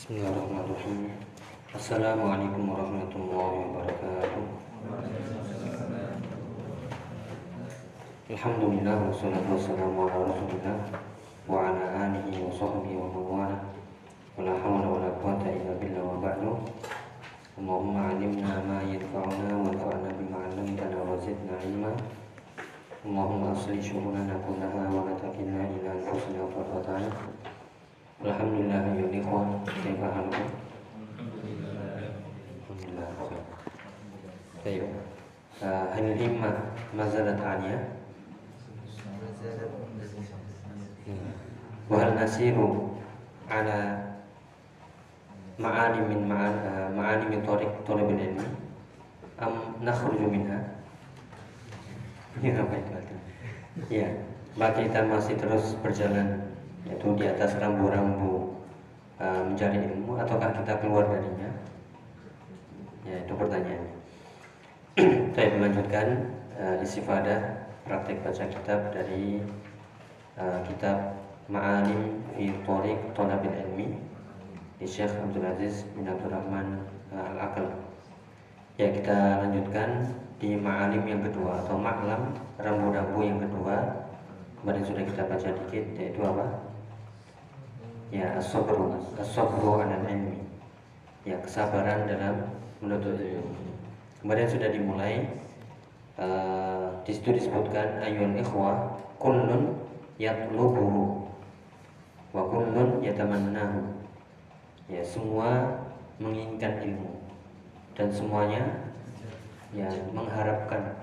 Bismillahirrahmanirrahim. Assalamualaikum warahmatullahi wabarakatuh. Alhamdulillah wassalatu wassalamu ala rasulillah wa ala alihi wa sahbihi wa mawala wa la hawla wa la quwata illa billah wa ba'du. Allahumma alimna ma yanfa'una wa anfa'na bima 'allamtana wa zidna ilma. Allahumma aslih syu'unana kullaha wa la takilna ila anfusina tarfata 'ain. Alhamdulillah ya ikhwan, kaifa halukum? Alhamdulillah. Baik. Hal himmah mazalat 'aliyah. Wa hal nasiru ala ma'ani min tariq thalabil ilmi am nakhruju minha? Ya, apa itu artinya? Ya, maka kita masih terus berjalan yaitu di atas rambu-rambu mencari ilmu, ataukah kita keluar darinya? Ya, itu pertanyaannya. Saya melanjutkan istifadah praktek baca kitab dari kitab Ma'alim fi Thariq Thalabil Ilmi di Syekh Abdul Aziz bin Abdul Rahman Al-Aqal. Ya, kita lanjutkan di Ma'alim yang kedua atau Ma'lam, rambu-rambu yang kedua. Kemarin sudah kita baca dikit, yaitu apa? Ya, as-sabru 'alal ilmi. Ya, kesabaran dalam menuntut ilmu. Kemarin sudah dimulai. Di situ disebutkan ayyuhal ikhwah kullun yatlubuhu wa kullun yatamannahu. Ya, semua menginginkan ilmu dan semuanya ya mengharapkan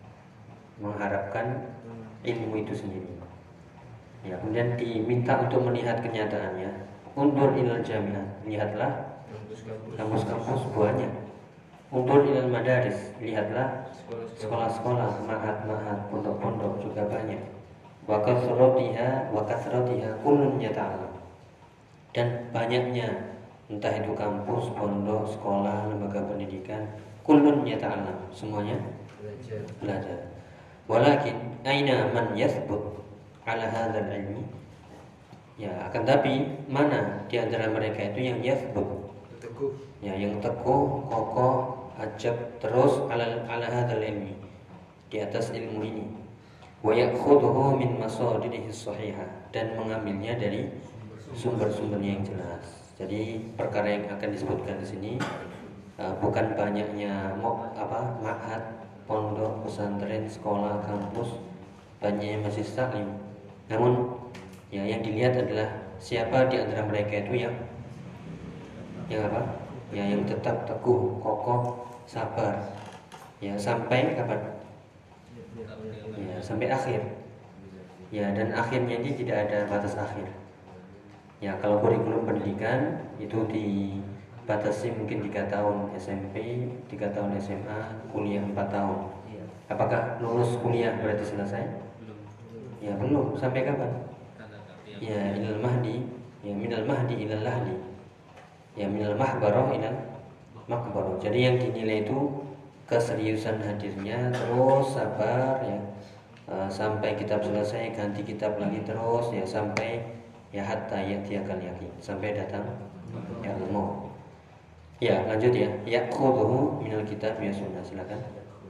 ilmu itu sendiri. Ya, kemudian diminta untuk melihat kenyataannya. Undur ilal jami'ah, lihatlah kampus-kampus banyak. Undur ilal madaris, lihatlah sekolah-sekolah, ma'had-ma'had, pondok-pondok juga banyak. Wa kasratiha kullun yata'allam. Dan banyaknya, entah itu kampus, pondok, sekolah, lembaga pendidikan, kullun yata'allam, semuanya belajar. Walakin aina man yathbut ala hadzal ilmi. Ya, akan tapi mana di antara mereka itu yang yathbut, teguh. Ya, yang teguh, kokoh, ajab terus ala hadzal ilmi, di atas ilmu ini. Wa ya'khudhuhu min masadidihi shahihah, dan mengambilnya dari sumber-sumbernya yang jelas. Jadi perkara yang akan disebutkan di sini bukan banyaknya ma'had, pondok, pesantren, sekolah, kampus, banyaknya masih taklim. Namun ya, yang dilihat adalah siapa di antara mereka itu yang apa? Ya, yang tetap teguh, kokoh, sabar. Ya, sampai kapan? Ya, sampai akhir. Ya, dan akhirnya ini tidak ada batas akhir. Ya, kalau kurikulum pendidikan itu dibatasi mungkin 3 tahun SMP, 3 tahun SMA, kuliah 4 tahun. Apakah lulus kuliah berarti selesai? Ya, belum. Sampai kapan? Ya, ilal mahdi, ya minal mahdi ilal lahdi. Ya, minal mahbarah ilal makbarah. Jadi yang dinilai itu keseriusan hadirnya, terus sabar ya, sampai kitab selesai, ganti kitab lagi terus ya, sampai ya hatta ya'tiyakal yaqin, sampai datang ya ilmu. Ya, lanjut ya. Ya'khudhuhu minal kitab ya sunnah, silakan.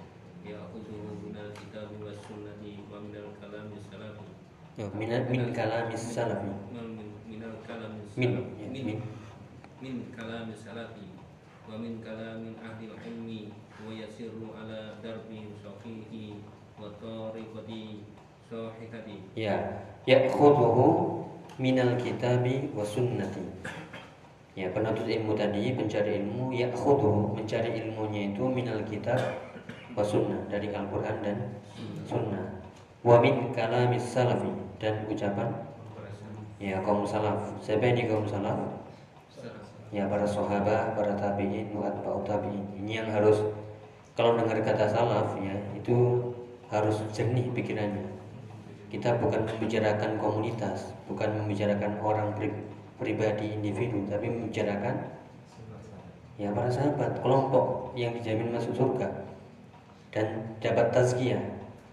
Min kalamis salafi. Min kalamis salafi wa min kalamin ahli ilmi wa yasirru ala darbi sahihi wa tariqati sahihati. Ya, ya'khudhuhu minal kitabi wa sunnati. Ya, penuntut ilmu tadi, pencari ilmu, ya'khudhuhu, mencari ilmunya itu minal kitab wa sunnah, dari Al-Qur'an dan sunnah. Wa min kalamis salafi, dan ucapan ya kaum salaf. Siapa ini kaum salaf? Ya, para sahabat, para tabi'in, wa atba'ut tabi'in. Ini yang harus, kalau dengar kata salaf ya, itu harus jernih pikirannya. Kita bukan membicarakan komunitas, bukan membicarakan orang pribadi, individu, tapi membicarakan ya para sahabat, kelompok yang dijamin masuk surga dan dapat tazkiyah.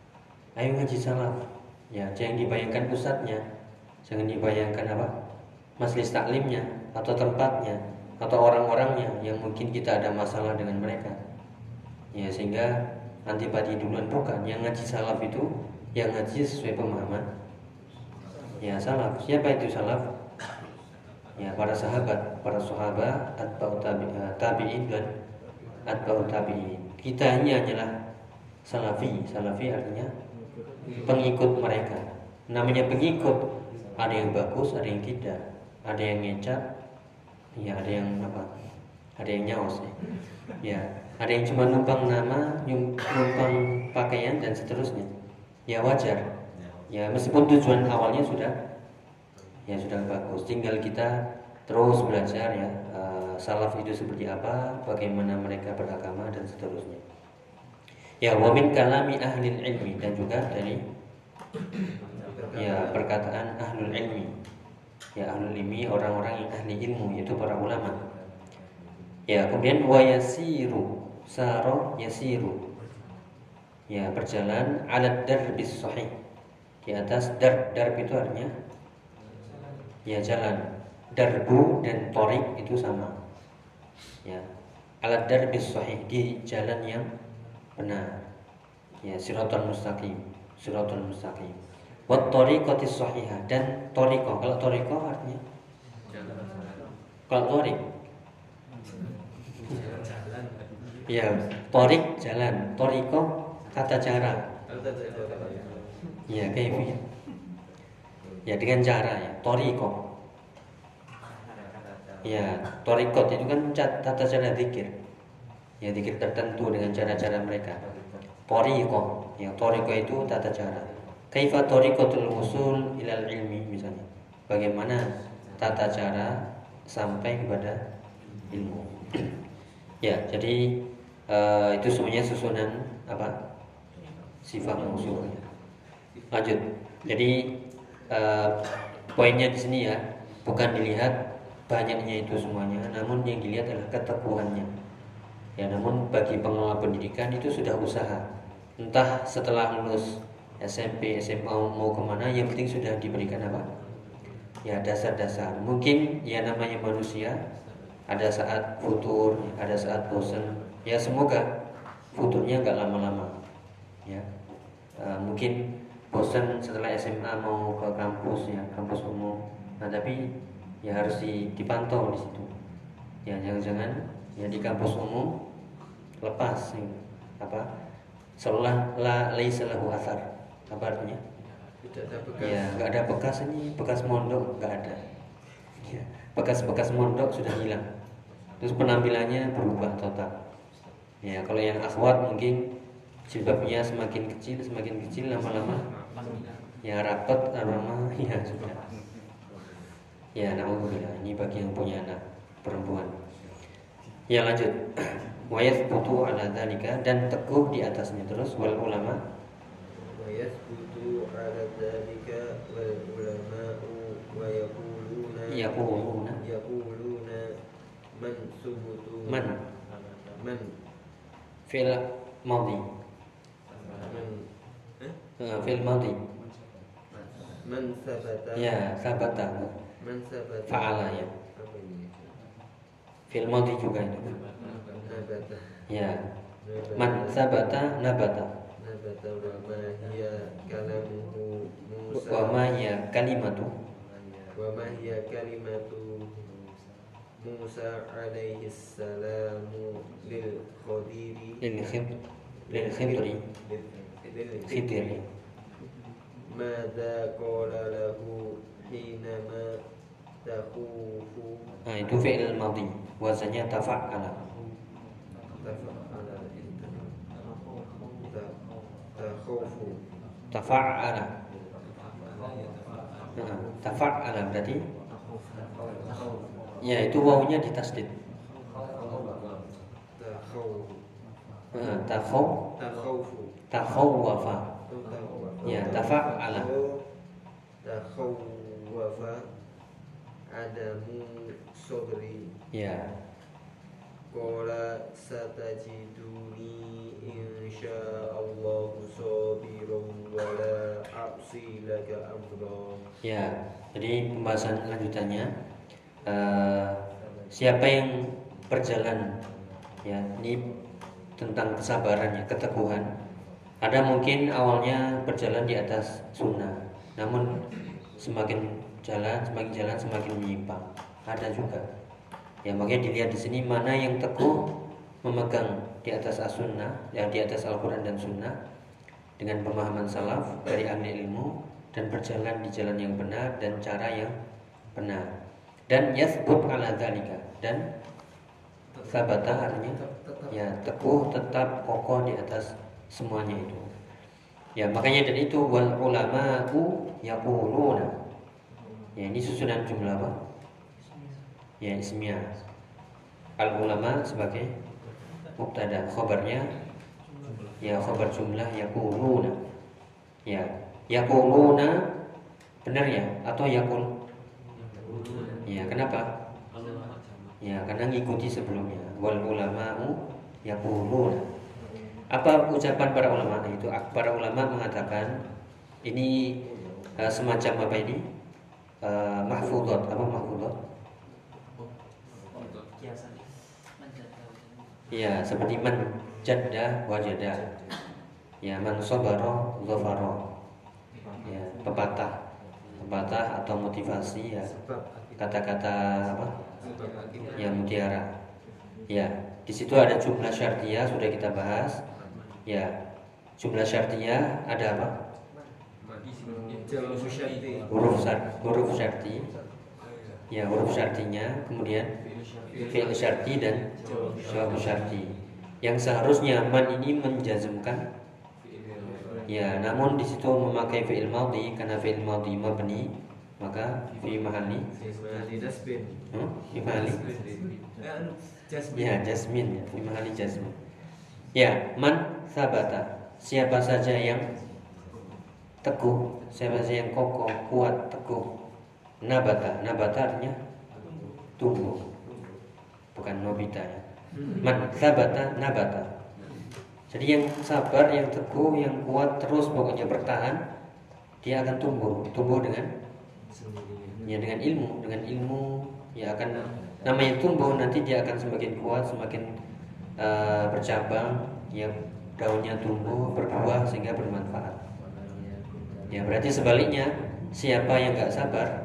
Ayo ngaji salaf. Ya, jangan dibayangkan pusatnya, jangan dibayangkan apa? majelis taklimnya atau tempatnya atau orang-orangnya yang mungkin kita ada masalah dengan mereka. Ya, sehingga antipati duluan, bukan. Yang ngaji salaf itu yang ngaji sesuai pemahaman ya salaf. Siapa itu salaf? Ya, para sahabat, atba'ut tabi'in dan atba'ut tabi'in. Kita ini hanyalah salafi. Salafi artinya pengikut mereka. Namanya pengikut, ada yang bagus, ada yang tidak, ada yang ngecat, ya ada yang apa? Ada yang nyaos ya. Ya, ada yang cuma numpang nama, numpang pakaian dan seterusnya. Ya wajar. Ya meskipun tujuan awalnya sudah bagus, tinggal kita terus belajar ya, salaf itu seperti apa, bagaimana mereka beragama dan seterusnya. Ya, wa min kalami ahlil ilmi, dan juga dari ya perkataan ahlul ilmi. Ya, ahlul ilmi orang-orang yang ahli ilmu, yaitu para ulama. Ya, kemudian wa yasiru, saro yasiru. Ya, berjalan ala darbis sahih, di atas darb itu artinya ya jalan. Darbu dan torik itu sama. Ya, ala darbis sahih, di jalan yang benar. Ya, siratal mustaqim. Wat tariqatis sahihah, dan tariqah. Kalau tariqah artinya kalau torik ya, torik jalan, tariqah tata cara. Ya, kayak ya dengan cara ya, tariqah. Ya, tariqat itu kan tata cara zikir. Ya, zikir tertentu dengan cara-cara mereka. Tariqah, ya tariqah itu tata cara. Kaifa tariqatul wusul ilal ilmi, misalnya. Bagaimana tata cara sampai kepada ilmu. Ya, jadi itu semuanya susunan apa? Sifat mausul. Lanjut. Jadi poinnya di sini ya, bukan dilihat banyaknya itu semuanya, namun yang dilihat adalah keteguhannya. Ya, namun bagi pengelola pendidikan itu sudah usaha. Entah setelah lulus SMP, SMA mau kemana, yang penting sudah diberikan apa? Ya, dasar-dasar. Mungkin ya namanya manusia, ada saat futur, ada saat bosan. Ya, semoga futurnya nggak lama-lama. Ya, mungkin bosan setelah SMA mau ke kampus ya, kampus umum. Nah, tapi ya harus dipantau di situ. Ya, jangan-jangan ya di kampus umum lepas ya, apa? Seolah laisa lahu athar. Apa artinya? Tidak ada bekas. Ya, nggak ada bekas, ini bekas mondok nggak ada. Ya, bekas-bekas mondok sudah hilang. Terus penampilannya berubah total. Ya, kalau yang akhwat mungkin jilbabnya semakin kecil lama-lama ya rapat, lama-lama ya sudah. Ya, naudzubillah, ini bagi yang punya anak perempuan. Ya, lanjut. Wa yathbutu ala dzalika, dan teguh di atasnya. Terus wal ulama wa yathbutu ala dzalika wal ulama'u wa yaquluna man subutu man fil madhi fil madhi man sabata ya sabata fa'ala ya fil madhi juga itu nabata ya man sabata nabata wa ma hiya kalamuhu Musa wa ma hiya kalimatu Musa alaihi salamu lil khidri Mada qala lahu hinama takhufu. Nah, itu fi'il madhi, wazannya tafa'ala. Tafa'ala. Tafa'ala berarti ya, itu wawunya ditasdid. Takhawwafa. Ya, tafa'ala. Takhawwafa adamu sabri. Ya. qala satajiduni insyaallahu sabiran wa la a'si laka amra. Ya, jadi pembahasan lanjutannya siapa yang berjalan, ya, ini tentang kesabaran, ya, keteguhan. Ada mungkin awalnya berjalan di atas sunnah, namun semakin jalan semakin menyimpang. Ada juga. Ya, makanya dilihat di sini mana yang teguh memegang di atas as-sunnah, ya, di atas Al-Qur'an dan sunnah dengan pemahaman salaf dari ahli ilmu dan berjalan di jalan yang benar dan cara yang benar. Dan yasbut ala dzalika, dan sabata artinya ya teguh, tetap kokoh di atas semuanya itu. Ya, makanya dan itu wal ulama'u yaquluna. Ya, ini susunan jumlah apa? Ya, ismiyah. Al ulama sebagai mubtada, khabarnya ya khabar jumlah yaquluna. Ya, yaquluna benar ya atau yaqul? Ya, kenapa? Ya, karena ngikuti sebelumnya. Wal ulama'u yaquluna. Apa ucapan para ulama itu? Para ulama mengatakan ini semacam apa ini? Mahfudhat. Apa mahfudhat? Ya, seperti man jadda wajada. Ya, man sabara dhafara. Ya, pepatah atau motivasi, ya. Kata-kata apa? Ya, mutiara. Ya, di situ ada jumlah syartiyah sudah kita bahas. Ya, jumlah syartiyah ada apa? Huruf syarti. Ya, huruf syartinya, kemudian fi'il syarti dan jawab syarti. Yang seharusnya man ini menjazmkan, ya, namun di situ memakai fi'il madhi karena fi'il madhi mabni, maka fi mahalli jasmin. Fi mahalli ya jasmin, fi mahalli jasmin. Ya, man sabata, siapa saja yang teguh, siapa saja yang kokoh, kuat, teguh. Nabata artinya tumbuh, bukan nobita, ya. Man sabata nabata. Jadi yang sabar, yang teguh, yang kuat, terus pokoknya bertahan, dia akan tumbuh dengan ilmu, ya akan namanya tumbuh, nanti dia akan semakin kuat, semakin bercabang, ya, daunnya tumbuh, berbuah sehingga bermanfaat. Ya, berarti sebaliknya, siapa yang enggak sabar,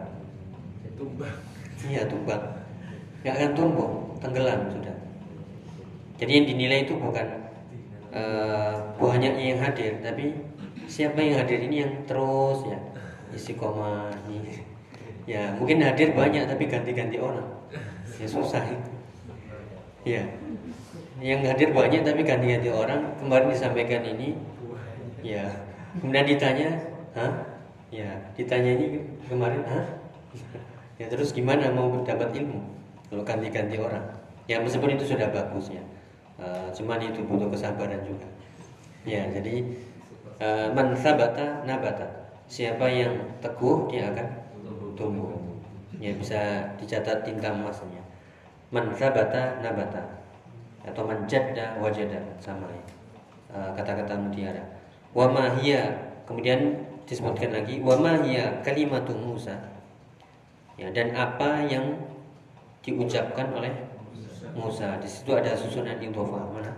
tumbang, enggak akan tumbuh, tenggelam sudah. Jadi yang dinilai itu bukan banyaknya yang hadir, tapi siapa yang hadir ini yang terus, ya, istiqomah. Ya, mungkin hadir banyak tapi ganti-ganti orang, ya susah itu. Ya, yang hadir banyak tapi ganti-ganti orang. Kemarin disampaikan ini, ya, kemudian ditanya, ya, ditanya ini kemarin, ya, terus gimana mau dapat ilmu kalau ganti-ganti orang? Ya, meskipun itu sudah bagus, ya, cuman itu butuh kesabaran juga. Ya, jadi man sabata nabata, siapa yang teguh dia akan tumbuh. Ya, bisa dicatat tinta emasnya. Man sabata nabata atau man jadda wajada, sama ya, kata-kata mutiara. Wa ma hiya, kemudian disebutkan lagi wa ma hiya kalimatu Musa. Ya, dan apa yang diucapkan oleh Musa. Di situ ada susunan idhofah, mana?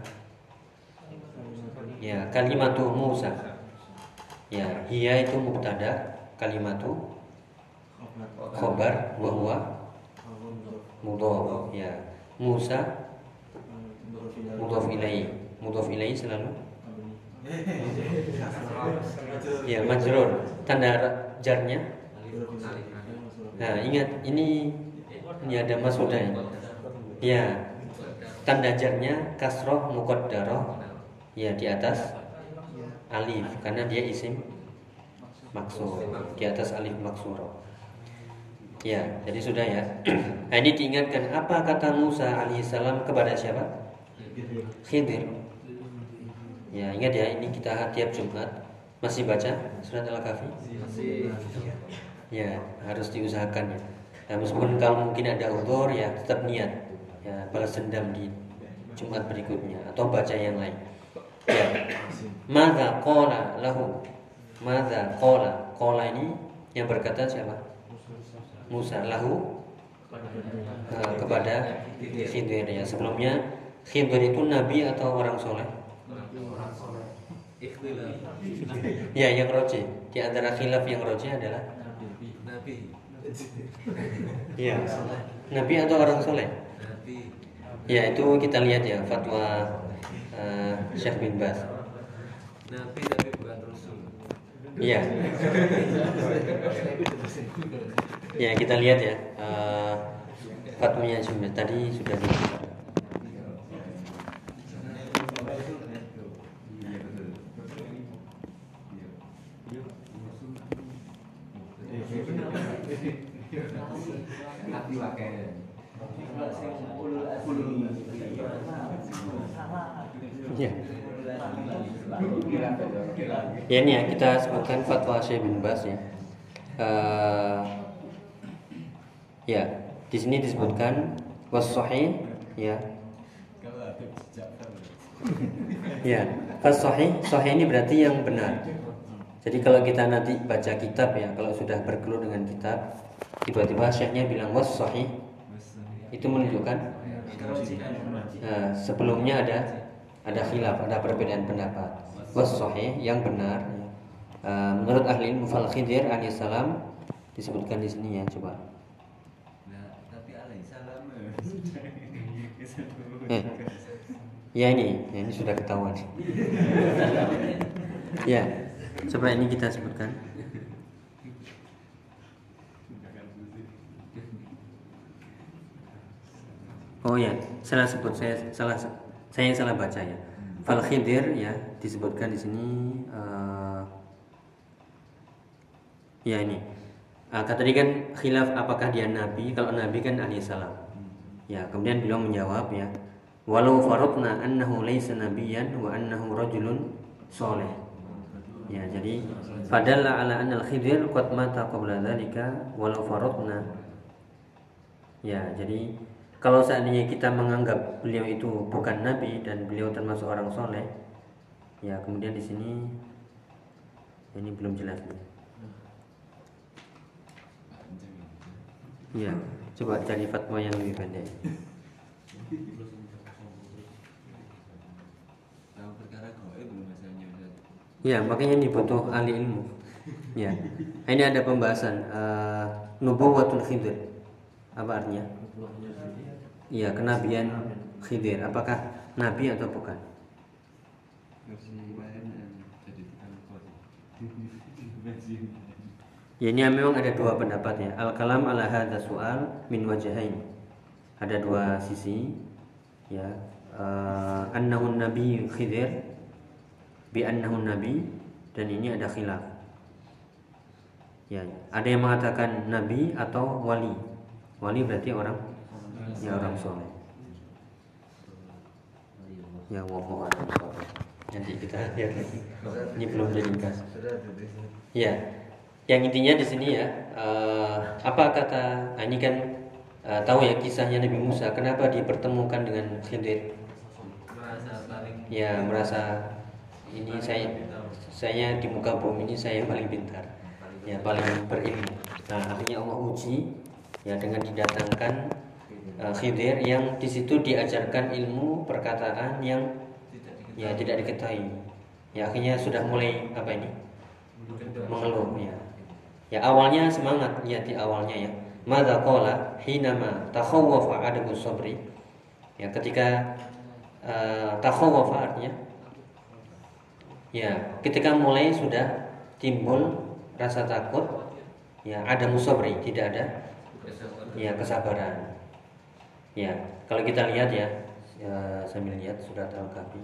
Ya, kalimatu Musa. Ya, hiya itu mubtada, kalimatu khobar, wa huwa mudhaf. Ya, Musa mudhaf ilaihi selalu ya majrur, tanda jarnya. Nah, ingat ini ada masudahnya. Ya, tanda jarnya kasroh muqaddarah, ya, di atas alif karena dia isim maksur, di atas alif maksurah. Ya, jadi sudah, ya. Nah, ini diingatkan apa kata Musa alaihissalam kepada siapa? Khidir. Ya, ingat ya, ini kita tiap Jumat masih baca surat Al-Kahfi. Ya, harus diusahakan, ya. Nah, meskipun kalau mungkin ada uzur, ya tetap niat, ya, balas dendam Jumat berikutnya atau baca yang lain. Ya. Madza qala lahu. Madza qala. Qala ini yang berkata siapa? Musa lahu kepada Khidir ya. Sebelumnya Khidir itu nabi atau orang soleh? Ya, yang roji. Di antara khilaf yang roji adalah Nabi. ya, nabi atau orang soleh? Nabi. Ya, itu kita lihat ya fatwa Syekh bin Baz. Nabi tapi bukan Rasul. Iya. Ya, kita lihat ya fatwanya tadi sudah disebutkan. Ya. Ya, ini ya kita sebutkan fatwa Syekh bin Baz ya. Ya, di sini disebutkan was-sahih ya. Ya, was-sahih, sahih ini berarti yang benar. Jadi kalau kita nanti baca kitab ya, kalau sudah bergelut dengan kitab, tiba-tiba syekhnya bilang was-sahih, itu menunjukkan sebelumnya ada khilaf, ada perbedaan pendapat. Was-sahih yang benar. Menurut ahli ilmu fal Khidir alaihissalam disebutkan di sini ya, coba. Tapi alaihissalam. Ya ini sudah ketahuan. Ya, coba ini kita sebutkan. Oh ya, salah sebut saya salah baca ya. Fal Khidir ya disebutkan di sini. Ya ini. Kata tadi kan khilaf apakah dia nabi? Kalau nabi kan alaihissalam. Ya, kemudian beliau menjawab ya, walau faradna annahu laisa nabiyyan wa annahu rajulun soleh. Ya, jadi fadalla ala anna al-Khidir qad mata qabla dzalika walau faradna. Ya, jadi kalau seandainya kita menganggap beliau itu bukan nabi dan beliau termasuk orang soleh, ya kemudian di sini ini belum jelas nih. Ya, coba cari fatwa yang lebih pendek. Ya, makanya ini butuh ahli ilmu. Ya, ini ada pembahasan nubuwatul Khidir. Apa artinya? Ya, kenabian Khidir. Apakah nabi atau bukan? Ya, ini memang ada dua pendapat ya. Al-kalam ala hadza su'al min wajhain. Ada dua sisi ya. Annahu nabi Khidir bi annahu nabi, dan ini ada khilaf. Ya, ada yang mengatakan nabi atau wali. Wali berarti orang soleh. Ya, wallahu a'lam. Nanti kita lihat lagi. Ini belum diringkas. Ya. Yang intinya di sini ya, apa kata ini kan tahu ya kisahnya Nabi Musa, kenapa dipertemukan dengan Khidir? Ya, merasa ini saya di muka bumi ini saya paling pintar, ya paling berilmu. Nah, akhirnya Allah uji ya dengan didatangkan Khidir yang di situ diajarkan ilmu perkataan yang ya tidak diketahui. Ya, akhirnya sudah mulai apa ini? Mengeluh ya. Ya, awalnya semangat ya, di awalnya ya. Madza qala hinama takhawwafa adabu sabri. Ya, ketika takhawwafa artinya ya, ketika mulai sudah timbul rasa takut, ya adamu sabri, tidak ada ya kesabaran. Ya, kalau kita lihat ya, sambil lihat surat Al-Kahfi.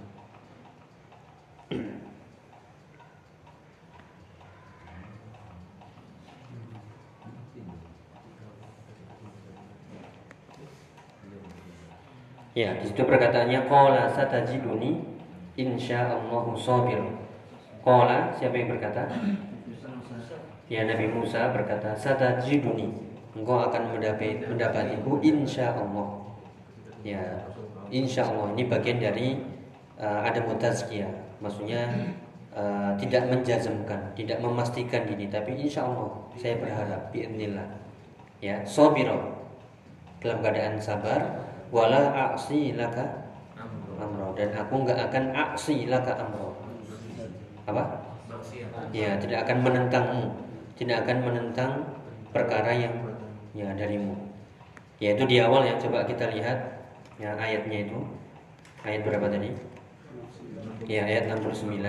Ya, di situ perkataannya qala satajiduni insyaallahu sabir. Qala, siapa yang berkata? Ya, Nabi Musa berkata satajiduni, engkau akan mendapatiku insyaallah. Ya, insya Allah ini bagian dari ada mutazkiyah, maksudnya tidak menjazmkan, tidak memastikan diri, tapi insya Allah saya berharap biidznillah. Ya, sabiro dalam keadaan sabar, wala aksi laka amro, dan aku nggak akan aksi laka amro. Apa? Ya, tidak akan menentangmu, tidak akan menentang perkara yang ya darimu. Yaitu di awal ya, coba kita lihat ya ayatnya itu. Ayat berapa tadi? Ya, ayat 69.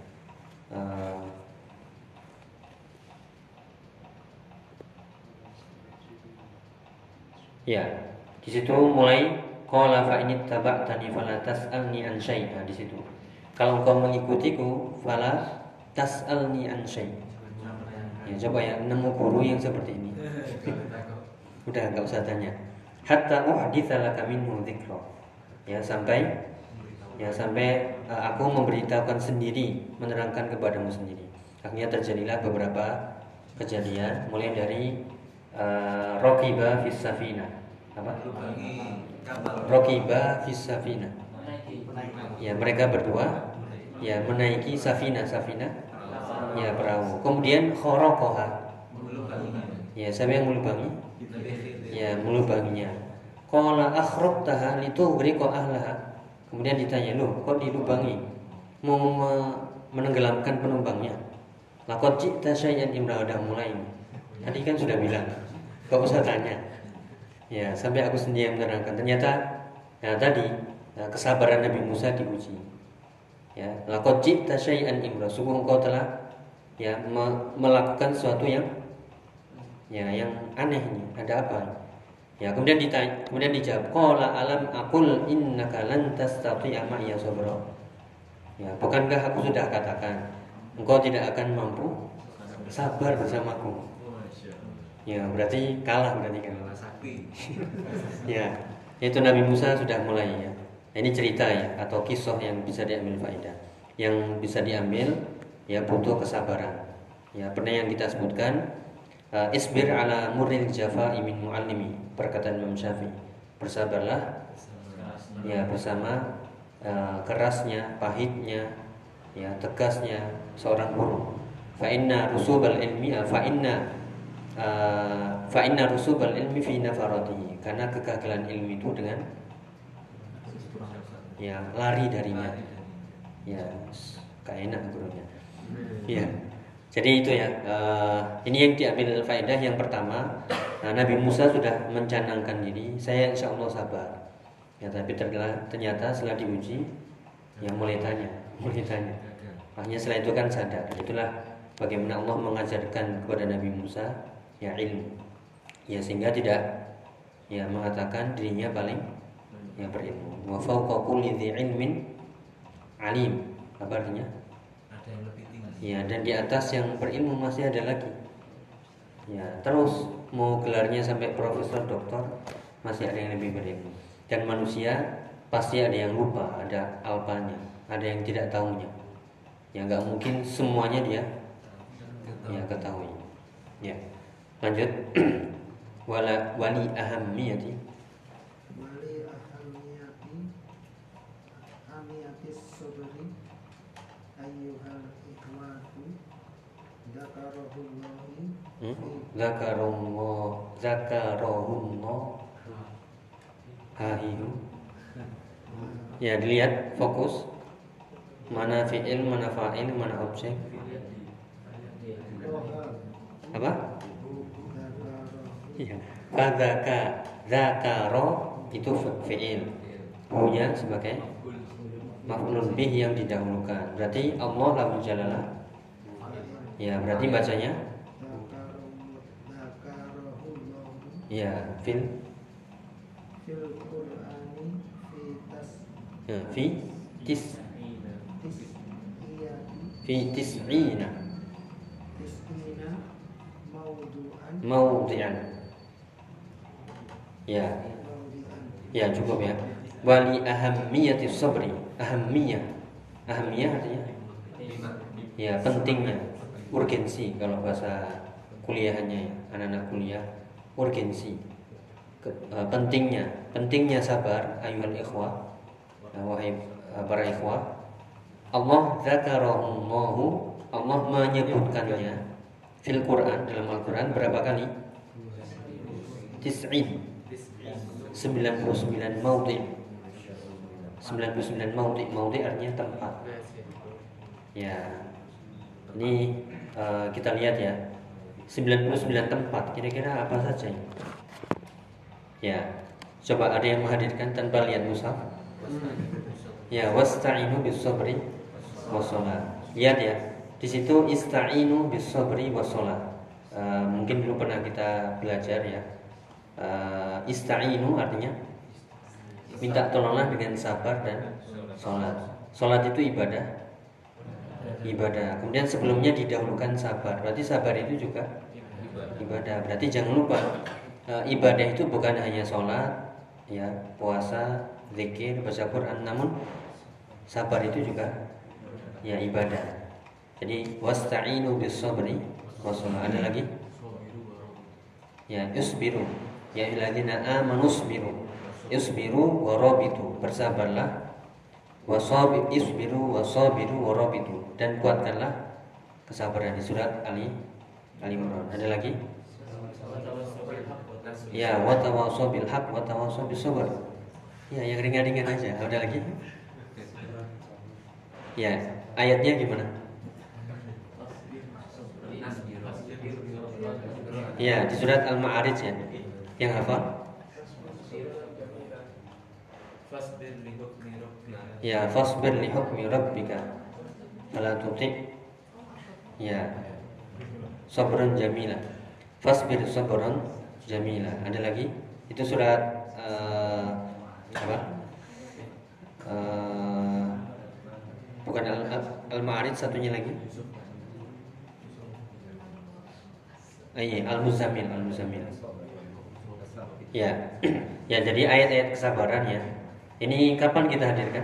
Ya, di situ mulai qala fa in ittaba'tani fala tas'alni an syai'. Di situ. Kalau engkau mengikutiku fala tas'alni an syai'. Ya, coba ya nemu guru yang seperti ini. Udah enggak usah tanya. Hatta uhditsa laka minhu dzikra. Ya, sampai aku memberitahukan sendiri, menerangkan kepadamu sendiri. Akhirnya terjadilah beberapa kejadian, mulai dari Raqiba fis safina. Apa? Raqiba fis safina. Ya, mereka berdua ya menaiki safina. Ya, perahu. Kemudian kharaqaha. Ya, siapa yang melubangi? Ya, melubanginya. Qala akhraqtaha litughriqa ahlaha. Kemudian ditanya, "Loh, kok dilubangi? Mau menenggelamkan penumpangnya?" Laqad ji'ta syai'an imra, udah mulai. Tadi kan sudah bilang, gak usah tanya. Ya, sampai aku sendiri yang menerangkan. Ternyata ya tadi kesabaran Nabi Musa diuji. Ya, laqad ji'ta syai'an imra, sungguh engkau telah ya melakukan sesuatu yang aneh ini. Ada apa? Ya, kemudian dijawab, qala alam aqul innaka lan tastati'a ma'iya sabra. Ya, bukankah aku sudah katakan engkau tidak akan mampu sabar bersamaku. Ya, berarti kalah berarti kan. Ya, itu Nabi Musa sudah mulai ya. Ini cerita ya atau kisah yang bisa diambil faedah. Yang bisa diambil ya butuh kesabaran. Ya, pernah yang kita sebutkan isbir ala murril jafa'i min muallimi, perkataan Imam Syafi'i. Bersabarlah ya bersama kerasnya, pahitnya, ya tegasnya seorang guru. Fa inna rusubal ilmi rusubal ilmi fi nafaratihi, karena kegagalan ilmu itu dengan ya lari darinya. Ya, kayak enak gurunya. Ya. Jadi itu ya, ini yang diambil faedah yang pertama. Nabi Musa sudah mencanangkan diri, saya insya Allah sabar. Ya, tapi ternyata setelah diuji, yang mulai tanya. Makanya setelah itu kan sadar. Itulah bagaimana Allah mengajarkan kepada Nabi Musa ya ilmu. Ya, sehingga tidak ya mengatakan dirinya paling ya berilmu. Wa fawqa kulli dzi ilmin alim. Apa artinya? Ya, dan di atas yang berilmu masih ada lagi. Ya, terus mau gelarnya sampai profesor, doktor, masih ada yang lebih berilmu. Dan manusia pasti ada yang lupa, ada alpanya, ada yang tidak tahunya. Ya, nggak mungkin semuanya dia ya ketahui. Ya, lanjut. wali ahammiyati sabri ayyuhal ikhwatu zakarahullah hahihu. Ya, dilihat fokus mana fi'il, mana fa'il, mana objek. Apa? Iya. Fadzaka zakaro itu fi'il. Hunya sebagai maf'ulun bih yang didahulukan. Berarti Allah Rabbul Jalalah. Ya, berarti bacanya ya fil Qur'ani fi tis'ina mawdi'an. Ya. Ya, cukup ya. Wali ahammiyati sabri. Ahammiyah artinya ya pentingnya, urgensi kalau bahasa kuliahannya ya, anak-anak kuliah urgensi. pentingnya sabar ayuhal ikhwah, wahai para ikhwah. Allah dzakarallahu, Allah menyebutkannya fil Quran, dalam Al-Quran berapa kali? 99 maudhi'. 99 maudhi' artinya tempat. Ya. Ini kita lihat ya. 99 tempat, kira-kira apa saja ini? Ya. Coba ada yang menghadirkan tanpa lihat mushaf? Ya, wasta'inu bis-sabri was-shalah. Lihat ya. Di situ ista'inu bis-sabri was-shalah. Mungkin dulu pernah kita belajar ya. Ista'inu artinya minta tolonglah dengan sabar dan sholat. Sholat itu ibadah. Kemudian sebelumnya didahulukan sabar. Berarti sabar itu juga ibadah. Berarti jangan lupa ibadah itu bukan hanya sholat, ya, puasa, zikir, baca Quran, namun sabar itu juga ya ibadah. Jadi wasta'inu bis-sabri was-shalah. Ada lagi? Ya, isbiru. Ya ayyuhalladzina amanu isbiru warabitu, bersabarlah, isbiru wasabiru warabitu, dan kuatkanlah kesabaran. Di surat Ali Imran. Ada lagi? Ya, watawasau bil haq watawasau bis sabr. Ya, yang ringan-ringan aja. Ada lagi? Ya, ayatnya gimana? Ya, di surat Al-Ma'arij ya. Yang hafal? Ya, fasbir li hukmi rabbika fala tuti'. Ya, sabran jamila. Fasbir sabran jamila. Ada lagi? Itu surat apa? Bukan Al-Ma'arij, satunya lagi. Al-Muzammil. Ya. Ya, jadi ayat-ayat kesabaran ya. Ini kapan kita hadirkan?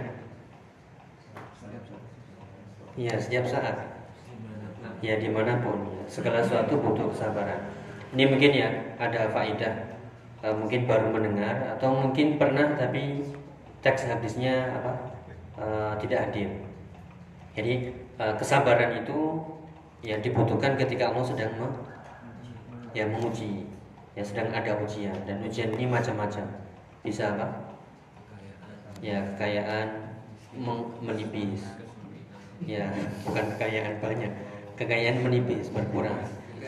Ya, setiap saat. Ya, dimanapun. Segala sesuatu butuh kesabaran. Ini mungkin ya ada faedah. Mungkin baru mendengar atau mungkin pernah tapi teks hadisnya tidak hadir. Jadi kesabaran itu ya dibutuhkan ketika Allah sedang menguji, ya sedang ada ujian, dan ujian ini macam-macam. Bisa apa? Ya, kekayaan menipis. Ya, bukan kekayaan banyak, kekayaan menipis, berkurang.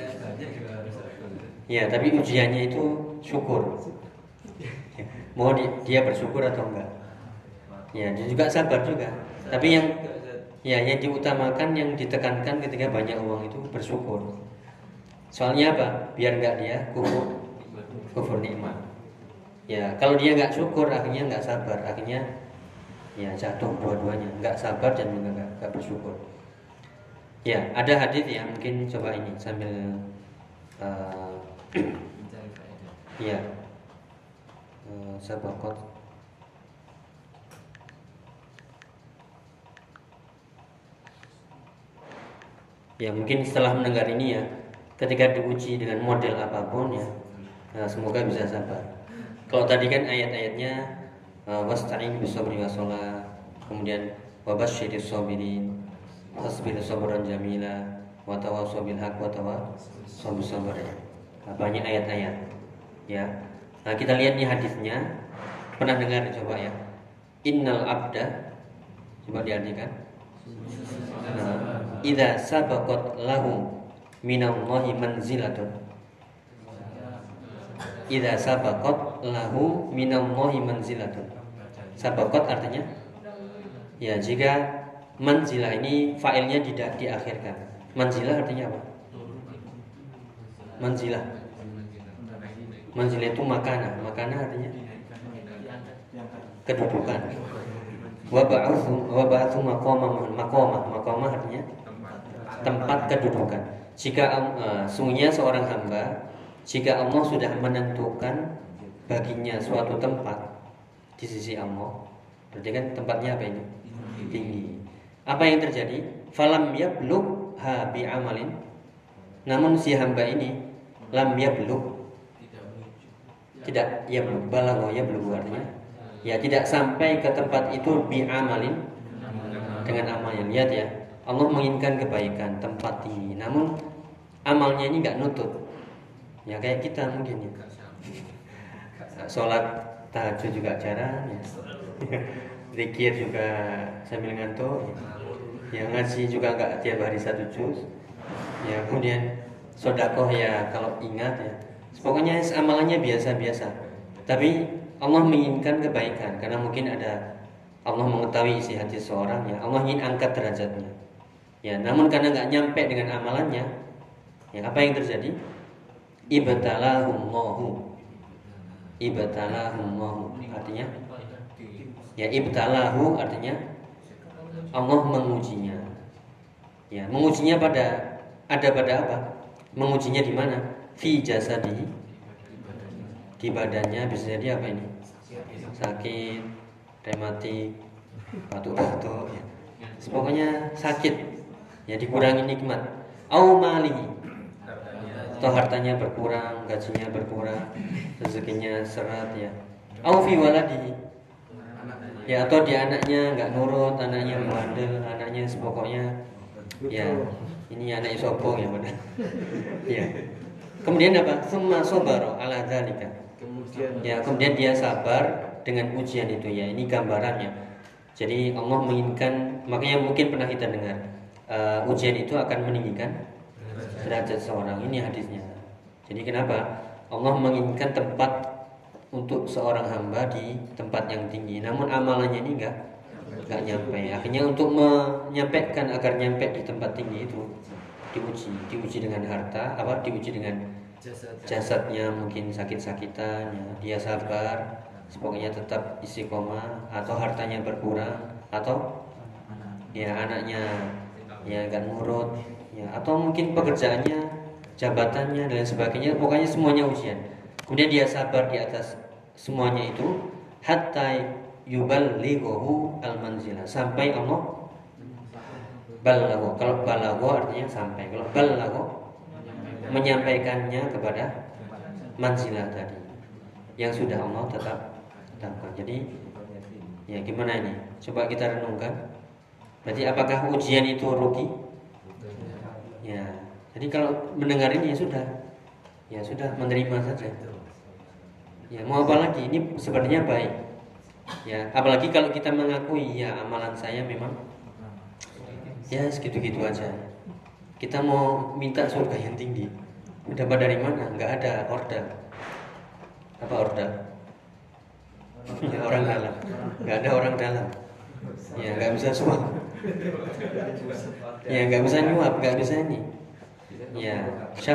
Ya, tapi ujiannya itu syukur. Mau dia bersyukur atau enggak? Ya, dia juga sabar juga. Tapi yang diutamakan, yang ditekankan ketika banyak uang itu bersyukur. Soalnya apa? Biar enggak dia kufur nikmat. Ya, kalau dia enggak syukur, akhirnya enggak sabar, akhirnya ya jatuh dua-duanya, enggak sabar dan juga enggak bersyukur. Ya, ada hadis ya, mungkin coba ini sambil ya sabaqat. Ya, mungkin setelah mendengar ini ya, ketika diuji dengan model apapun ya, semoga bisa sabar. Kalau tadi kan ayat-ayatnya wasta'in bis-sabri was-shalah, kemudian wabasyiris sabirin, fasbir sabran jamila, wa tawassaw bil haqq wa tawassaw bis sabr. Banyak ayat-ayat. Ya. Nah, kita lihat nih hadisnya. Pernah dengar coba ya. Innal abda, coba diartikan. Idza sabaqat lahu minallahi manzilatun. Idza sabaqat lahu minallahi manzilatun. Sabaqat artinya ya, jika manzilah ini failnya tidak diakhirkan. Manzilah artinya apa? Manzilah itu makanan artinya kedudukan. Wa ba'athu maqamah artinya tempat kedudukan. Jika sungguhnya seorang hamba, jika Allah sudah menentukan baginya suatu tempat di sisi Allah, berarti kan tempatnya apa ini? Tinggi. Apa yang terjadi? Falam yablugha bi'amalin. Namun si hamba ini lam yablugh, Tidak, ya belum balagho, ya belum artinya. Ya tidak sampai ke tempat itu bi'amalin, dengan amalnya. Lihat ya, Allah menginginkan kebaikan, tempat tinggi, namun amalnya ini nggak nutut. Ya kayak kita mungkin ya. Sholat tahajud juga jarang ya. Zikir juga sambil ngantuk. Ya ngaji juga nggak tiap hari 1 juz. Ya kemudian sedekah ya kalau ingat ya. Pokoknya amalannya biasa-biasa. Tapi Allah menginginkan kebaikan karena mungkin ada Allah mengetahui isi hati seorang ya. Allah ingin angkat derajatnya. Ya, namun karena nggak nyampe dengan amalannya, ya apa yang terjadi? Ibtalahumullahu. Artinya ya ibtalahu artinya Allah mengujinya. Ya, mengujinya pada apa? Mengujinya di mana? Fi jasadihi. Di badannya, bisa jadi apa ini? Sakit, rematik, batuk-batuk ya. Pokoknya sakit. Ya dikurangi nikmat. Au malihi. Atau hartanya berkurang, gajinya berkurang, rezekinya seret ya. Au fi waladihi. Ya atau di anaknya nggak nurut, anaknya bandel, anaknya pokoknya ya ini anaknya sombong ya benar. Ya. Kemudian apa? Summa sabara ala dzalika. Kemudian dia sabar dengan ujian itu ya. Ini gambarannya. Jadi Allah menginginkan, makanya mungkin pernah kita dengar ujian itu akan meninggikan derajat seorang. Ini hadisnya. Jadi kenapa? Allah menginginkan tempat untuk seorang hamba di tempat yang tinggi, namun amalannya ini enggak nyampe. Akhirnya untuk menyampaikan agar nyampe di tempat tinggi itu diuji dengan harta, diuji dengan jasadnya, mungkin sakit-sakitan, ya, dia sabar, pokoknya tetap istiqomah, atau hartanya berkurang, atau ya anaknya ya enggak nurut, ya, atau mungkin pekerjaannya, jabatannya dan sebagainya, pokoknya semuanya ujian. Kemudian dia sabar di atas semuanya itu hatta yuballighu al-manzilah, sampai Allah balagho. Kalau balagho artinya sampai, kalau balagho menyampaikannya kepada manzilah tadi yang sudah Allah tetapkan. Jadi ya gimana ini? Coba kita renungkan. Berarti apakah ujian itu rugi? Ya. Jadi kalau mendengar ini ya sudah menerima saja. Ya mau apa lagi? Ini sebenarnya baik. Ya, apalagi kalau kita mengakui ya amalan saya memang ya segitu-gitu aja. Kita mau minta surga yang tinggi. Dapat dari mana? Enggak ada order. Apa order? Ya, orang dalam. Enggak ada orang dalam. Ya enggak bisa suap. Ya enggak bisa nyuap, enggak bisa ini. Ya,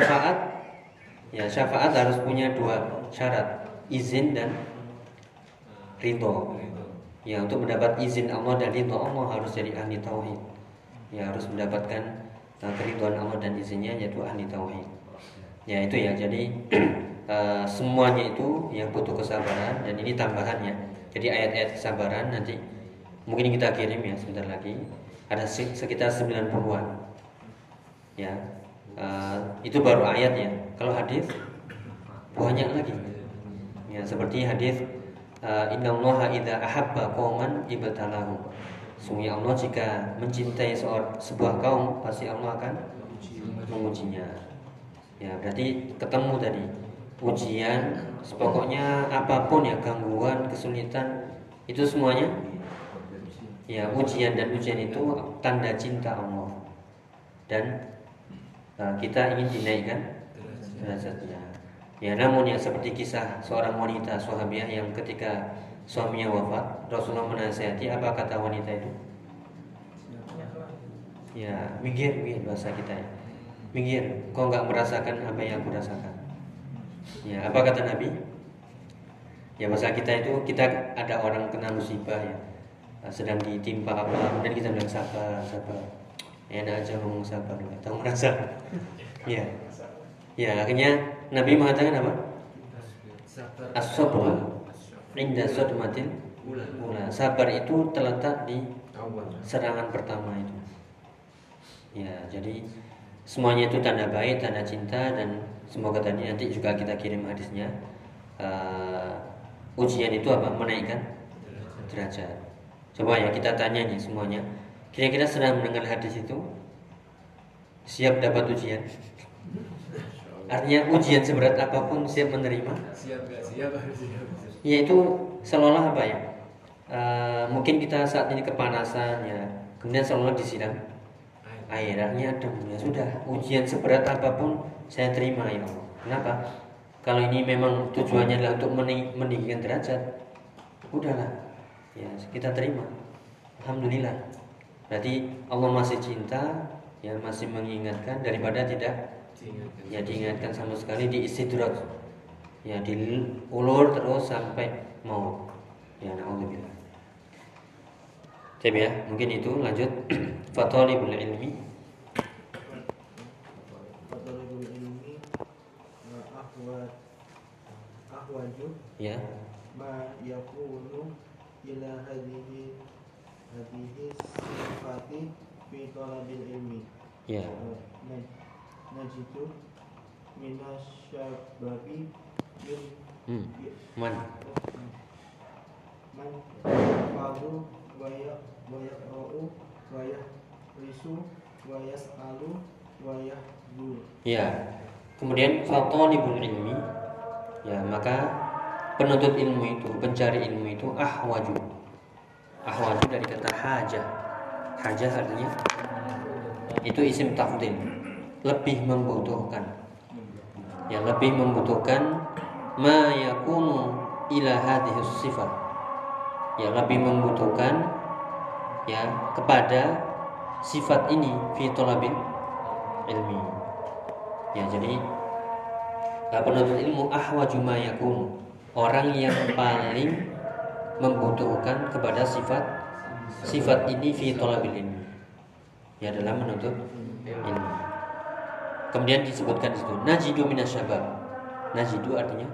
syafaat harus punya 2 syarat. Izin dan ridho. Ya, untuk mendapat izin Allah dan ridho Allah harus jadi ahli tauhid. Ya, harus mendapatkan keridhaan Allah dan izinnya, yaitu ahli tauhid. Ya itu ya. Jadi semuanya itu yang butuh kesabaran, dan ini tambahannya. Jadi ayat-ayat kesabaran nanti mungkin kita kirim ya sebentar lagi. Ada sekitar 90-an. Ya, itu baru ayat ya. Kalau hadis banyak lagi. Ya, seperti hadis innallaha idza ahabba qauman ibtalahum. Sungguh Allah jika mencintai sebuah kaum, pasti Allah akan mengujinya. Ya, berarti ketemu tadi ujian, pokoknya apapun ya, gangguan, kesulitan, itu semuanya ya ujian, dan ujian itu tanda cinta Allah. Dan kita ingin dinaikkan derajatnya. Ya, namun ya seperti kisah seorang wanita sahabiah yang ketika suaminya wafat, Rasulullah menasihati, apa kata wanita itu? Ya, minggir bahasa kita ya. Minggir, kau enggak merasakan apa yang aku rasakan. Ya, apa kata Nabi? Ya, bahasa kita itu, kita ada orang kena musibah ya, sedang ditimpa apa, dan kita bilang sabar. Enak aja ngomong sabar, enggak tahu merasa. Ya. Ya, akhirnya Nabi mengatakan apa? As-sabr inda sadmatil ula. Sabar itu terletak di serangan pertama itu. Ya, jadi semuanya itu tanda baik, tanda cinta, dan semoga tadi nanti juga kita kirim hadisnya. ujian itu apa? Menaikkan derajat. Coba ya kita tanya nih semuanya. Kira-kira setelah mendengar hadis itu siap dapat ujian? Artinya ujian seberat apapun siap menerima? Siap gak siap? Siap. Yaitu seolah-olah apa ya? Mungkin kita saat ini kepanasan ya, kemudian seolah disiram air, artinya adem. Ya sudah, ujian seberat apapun saya terima ya Allah. Kenapa? Kalau ini memang tujuannya adalah untuk meninggikan derajat, udahlah, ya kita terima. Alhamdulillah. Berarti Allah masih cinta, ya masih mengingatkan daripada tidak ya diingatkan sama sekali, di istidraj, ya diulur terus sampai maut. Ya naudzubillah. Jadi ya, mungkin itu lanjut. Fatalibul ilmi. Fatalibul ilmi ahwaju Ya. ma yakunu ila hadhihi sifati fi talabil ilmi. Ya. Najidu minasyababi Man. Man fadu wa yaqra'u wa yahrisu wa yas'alu wa yahdu. Ya. Kemudian fatalibul ilmi, ya maka penuntut ilmu itu, pencari ilmu itu ahwaju. Ahwaju dari kata hajah. Hajah artinya itu isim tafdil, lebih membutuhkan. Ya, lebih membutuhkan ma yakunu ila hadhihi sifat. Ya, lebih membutuhkan ya kepada sifat ini fi talabil ilmi. Ya, jadi penuntut ilmu ahwaju ma yakunu, orang yang paling membutuhkan kepada sifat ini fi talabil ilmi. Ya, dalam menuntut ilmu. Kemudian disebutkan di situ najidu minasyabab. Najidu artinya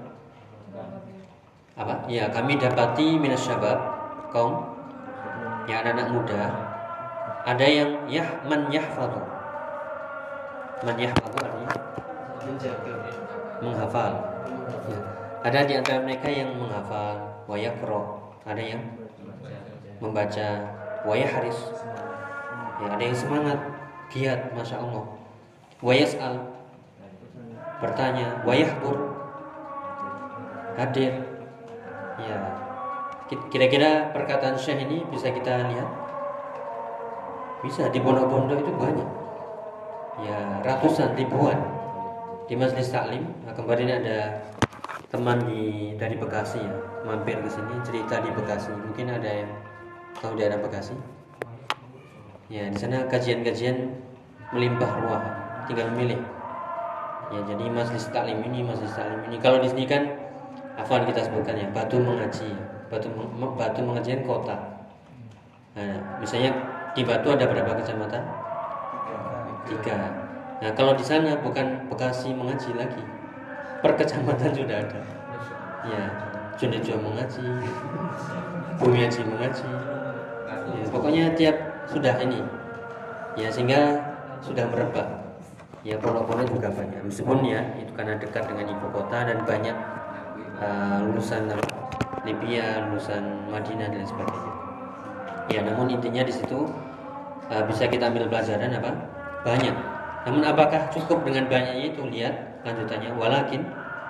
apa? Ya, kami dapati minasyabab, kaum ya anak-anak muda, ada yang man yahfadhu. Man yahfadhu artinya menghafal. Ya. Ada di antara mereka yang menghafal, wa yaqra, ada yang membaca, wa yahris. Ya, ada yang semangat, giat, masya Allah. Wa yas'al, bertanya, wa yahdur, hadir. Ya, kira-kira perkataan Syekh ini bisa kita lihat? Bisa, di pondok-pondok itu banyak. Ya, ratusan, ribuan. Di majelis taklim. Nah, kemarin ada teman dari Bekasi ya, mampir ke sini cerita di Bekasi. Mungkin ada yang tahu daerah Bekasi. Ya, di sana kajian-kajian melimpah ruah, tinggal milih. Ya, jadi majelis taklim ini. Kalau di sini kan afwan kita sebutkan ya, batu mengaji. Batu mengajian kota. Nah, misalnya di Batu ada berapa kecamatan? 3. Nah, kalau di sana bukan Bekasi mengaji lagi, per kecamatan sudah ada. Ya, Jonejo mengaji, Bumiaji mengaji. Ya, pokoknya tiap sudah ini. Ya, sehingga sudah merebak. Ya, pondok-pondok juga banyak. Meskipun ya itu karena dekat dengan ibu kota dan banyak lulusan Libya, lulusan Madinah dan sebagainya. Ya, namun intinya di situ bisa kita ambil pelajaran apa? Banyak. Namun apakah cukup dengan banyaknya itu? Lihat lanjutannya. Walakin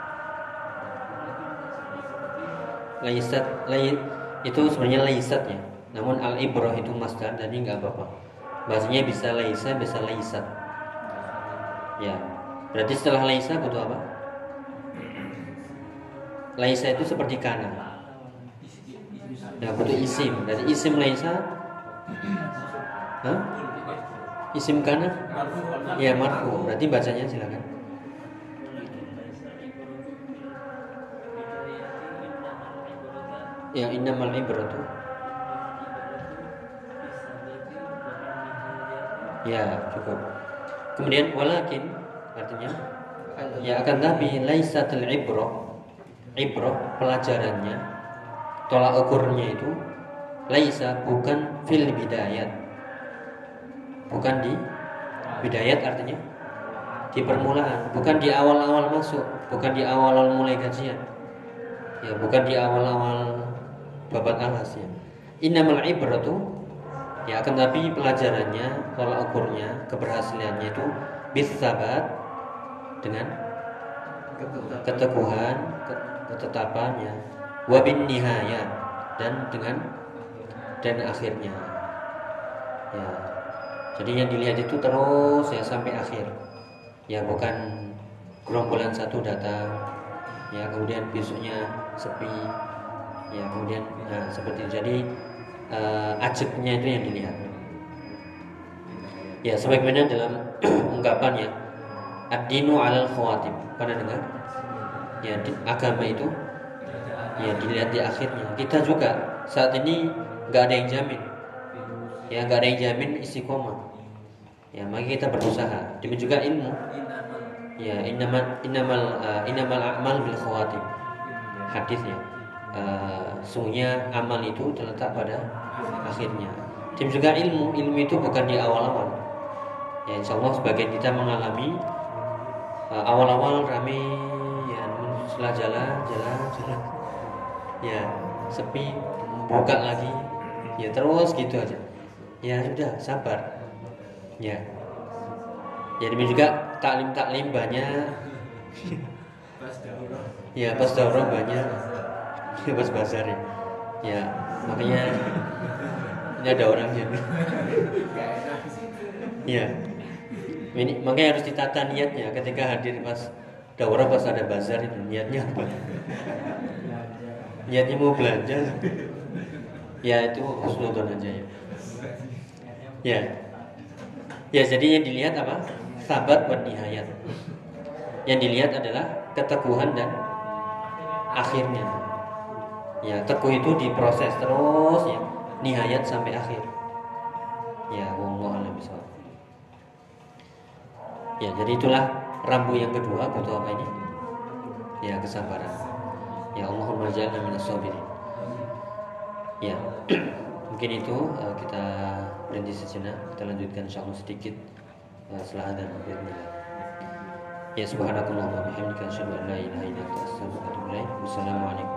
laisat itu sebenarnya laisat ya. Namun al-ibrah itu masdar, jadi enggak apa-apa. Bahasanya bisa laisa, bisa laisat. Ya. Berarti setelah laisa butuh apa? Laisa itu seperti kana. Ya, butuh isim. Dari isim laisa, isim kana? Ya, marfu. Berarti bacanya silakan. Ya, innamal ibratu. Ya, cukup. Kemudian walakin artinya ya akan tapi laisatul ibrah pelajarannya, tolak ukurnya itu laisa bukan fil bidayat, bukan di bidayat, artinya di permulaan, bukan di awal-awal masuk, bukan di awal-awal mulai kajian. Ya, bukan di awal-awal babat alas ya. Innamal ibratu, ya akan tapi pelajarannya, tolak ukurnya, keberhasilannya itu bisabat, dengan keteguhan, ketetapannya, wabin nihayat, dan akhirnya. Ya. Jadi yang dilihat itu terus ya sampai akhir. Ya, bukan gerombolan satu datang, ya kemudian besoknya sepi, ya kemudian seperti itu. Jadi ajabnya itu yang dilihat. Ya, sebagaimana dalam ungkapan ya, ad-dinu 'alal khawatim. Pernah dengar? Ya, agama itu ya dilihat di akhirnya. Kita juga saat ini nggak ada yang jamin. Ya, nggak ada yang jamin istiqomah. Ya, maka kita berusaha. Demikian juga ilmu. Ya, innamal a'mal bil khawatim. Hadisnya. Sungguhnya amal itu terletak pada akhirnya. Demikian juga ilmu itu bukan di awal-awal. Ya, insyaallah sebagian kita mengalami awal-awal rame, ya setelah jalan, ya sepi, buka lagi, ya terus gitu aja. Ya sudah, sabar. Ya. Ya demikian juga taklim banyak. Ya pas daurah banyak. Ya pas bazar ya. Ya, makanya ini ada orangnya. Ya. Ini makanya harus ditata niatnya ketika hadir pas daurah, pas ada bazar itu niatnya apa? Niatnya mau belanja. Ya itu husnudzon aja ya. Ya. Ya, jadi yang dilihat apa? Sabat buat nihayat. Yang dilihat adalah keteguhan dan akhirnya. Ya, teguh itu diproses terus ya, nihayat sampai akhir. Ya, wallahu a'lam bishawab. Ya, jadi itulah rambu yang kedua, butuh apa ini? Ya, kesabaran. Ya, Allahumma ja'alna minas sabirin. Ya. Mungkin itu kita berhenti sejenak. Kita lanjutkan insyaallah sedikit setelah adzan. Ya, subhanakallahumma wa bihamdika asyhadu an la ilaha illa anta astaghfiruka wa atubu ilaik. Wassalamualaikum